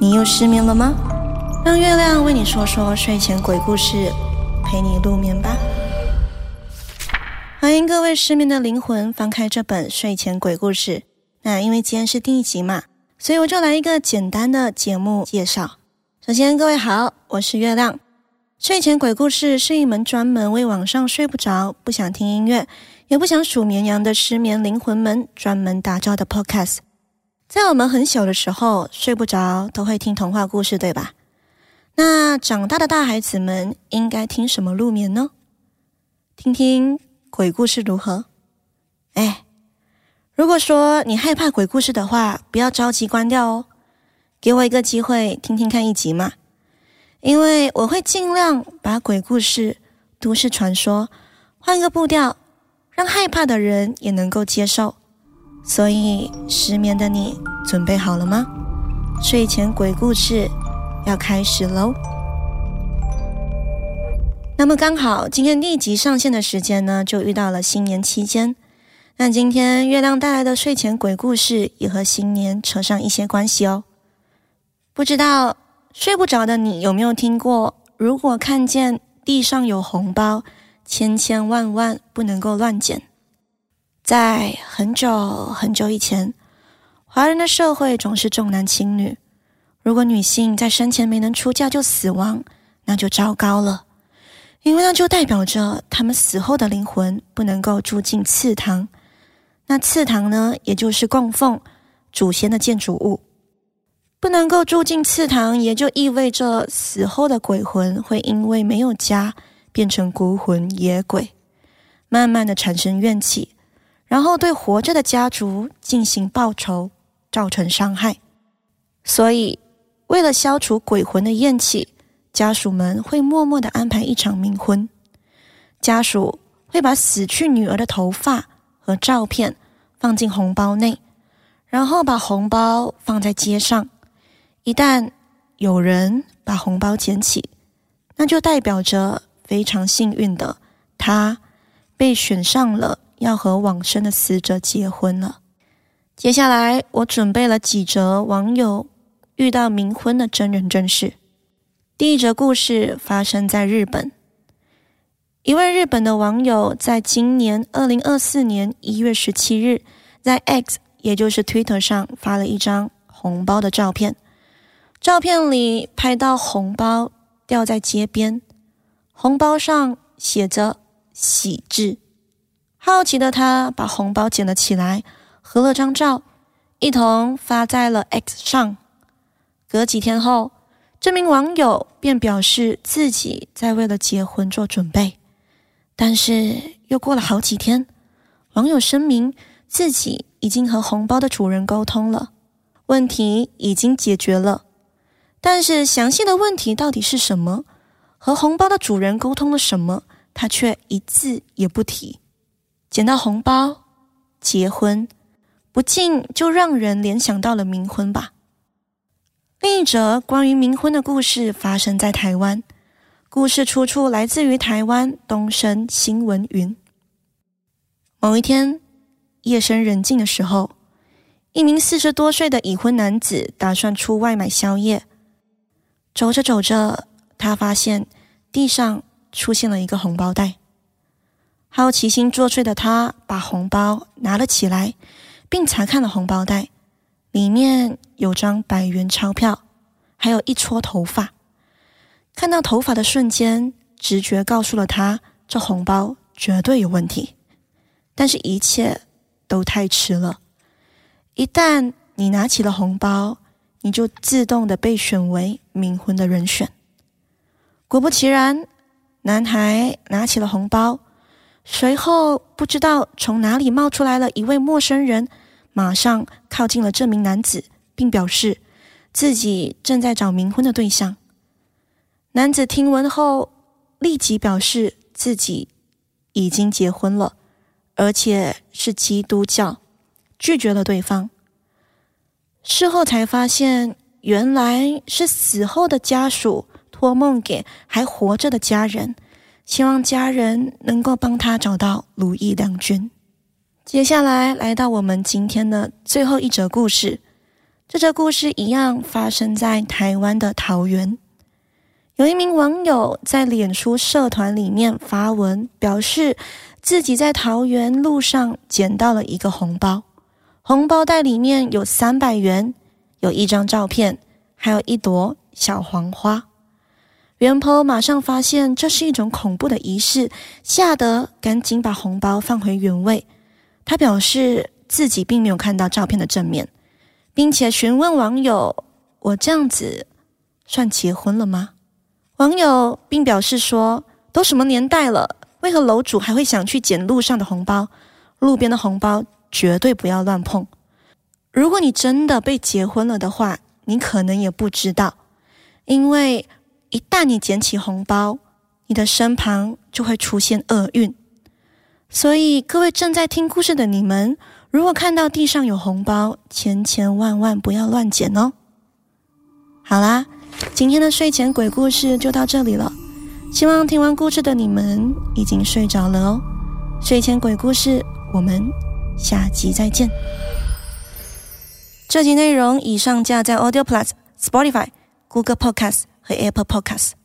你又失眠了吗？让月亮为你说说睡前鬼故事，陪你入眠吧。欢迎各位失眠的灵魂翻开这本睡前鬼故事。那因为今天是第一集嘛，所以我就来一个简单的节目介绍。首先各位好，我是月亮。睡前鬼故事是一门专门为晚上睡不着、不想听音乐也不想数绵羊的失眠灵魂们专门打造的 podcast。 在我们很小的时候睡不着都会听童话故事，对吧？那长大的大孩子们应该听什么入眠呢？听听鬼故事如何？如果说你害怕鬼故事的话，不要着急关掉哦，给我一个机会听听看一集嘛。因为我会尽量把鬼故事、都市传说换个步调，让害怕的人也能够接受。所以失眠的你准备好了吗？睡前鬼故事要开始咯。那么刚好今天第一集上线的时间呢，就遇到了新年期间。那今天月亮带来的睡前鬼故事也和新年扯上一些关系哦。不知道睡不着的你有没有听过，如果看见地上有红包，千千万万不能够乱捡。在很久很久以前，华人的社会总是重男轻女，如果女性在生前没能出嫁就死亡，那就糟糕了，因为那就代表着她们死后的灵魂不能够住进祠堂。那祠堂呢，也就是供奉祖先的建筑物，不能够住进祠堂，也就意味着死后的鬼魂会因为没有家变成孤魂野鬼，慢慢的产生怨气，然后对活着的家族进行报仇，造成伤害。所以为了消除鬼魂的怨气，家属们会默默地安排一场冥婚。家属会把死去女儿的头发和照片放进红包内，然后把红包放在街上。一旦有人把红包捡起，那就代表着非常幸运的他被选上了要和往生的死者结婚了。接下来我准备了几则网友遇到冥婚的真人真事。第一则故事发生在日本。一位日本的网友在今年2024年1月17日在 X 也就是 Twitter 上发了一张红包的照片。照片里拍到红包掉在街边，红包上写着喜字。好奇的他把红包捡了起来，合了张照，一同发在了 X 上。隔几天后，这名网友便表示自己在为了结婚做准备。但是又过了好几天，网友声明自己已经和红包的主人沟通了，问题已经解决了。但是详细的问题到底是什么，和红包的主人沟通了什么，他却一字也不提。捡到红包，结婚，不禁就让人联想到了冥婚吧。另一则关于冥婚的故事发生在台湾。故事出处来自于台湾东森新闻云。某一天，夜深人静的时候，一名40多岁的已婚男子打算出外买宵夜。走着走着，他发现地上出现了一个红包袋。好奇心作祟的他把红包拿了起来，并查看了红包袋，里面有张100元钞票，还有一撮头发。看到头发的瞬间，直觉告诉了他，这红包绝对有问题。但是一切都太迟了。一旦你拿起了红包，你就自动的被选为冥婚的人选。果不其然，男孩拿起了红包，随后不知道从哪里冒出来了一位陌生人，马上靠近了这名男子，并表示自己正在找冥婚的对象。男子听闻后立即表示自己已经结婚了，而且是基督教，拒绝了对方。事后才发现，原来是死后的家属托梦给还活着的家人，希望家人能够帮他找到如意良君。接下来来到我们今天的最后一则故事， 这则故事一样发生在台湾的桃园。有一名网友在脸书社团里面发文，表示自己在桃园路上捡到了一个红包，红包袋里面有300元，有一张照片，还有一朵小黄花。原 po 马上发现这是一种恐怖的仪式，吓得赶紧把红包放回原位。他表示自己并没有看到照片的正面，并且询问网友：我这样子算结婚了吗？网友并表示说，都什么年代了，为何楼主还会想去捡路上的红包？路边的红包绝对不要乱碰。如果你真的被结婚了的话，你可能也不知道，因为一旦你捡起红包，你的身旁就会出现厄运。所以各位正在听故事的你们，如果看到地上有红包，千万不要乱捡哦。好啦，今天的睡前鬼故事就到这里了，希望听完故事的你们已经睡着了哦。睡前鬼故事，我们下集再见。这集内容已上架在 Audio Plus、Spotify、Google Podcast 和 Apple Podcast。